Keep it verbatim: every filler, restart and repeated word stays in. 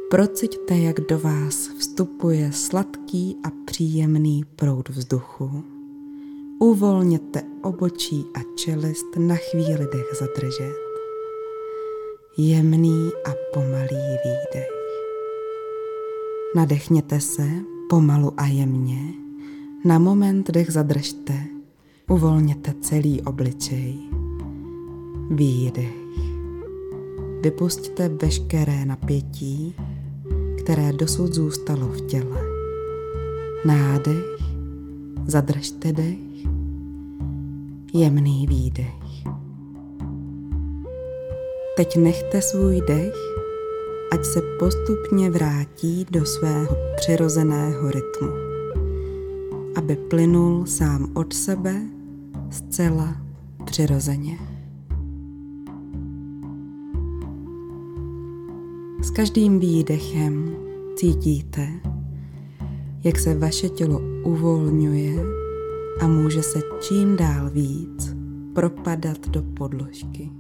Prociťte, jak do vás vstupuje sladký a příjemný proud vzduchu. Uvolněte obočí a čelist, na chvíli dech zadržet. Jemný a pomalý výdech. Nadechněte se pomalu a jemně. Na moment dech zadržte. Uvolněte celý obličej. Výdech. Vypusťte veškeré napětí, které dosud zůstalo v těle. Nádech. Zadržte dech. Jemný výdech. Teď nechte svůj dech, ať se postupně vrátí do svého přirozeného rytmu, aby plynul sám od sebe zcela přirozeně. S každým výdechem cítíte, jak se vaše tělo uvolňuje a může se čím dál víc propadat do podložky.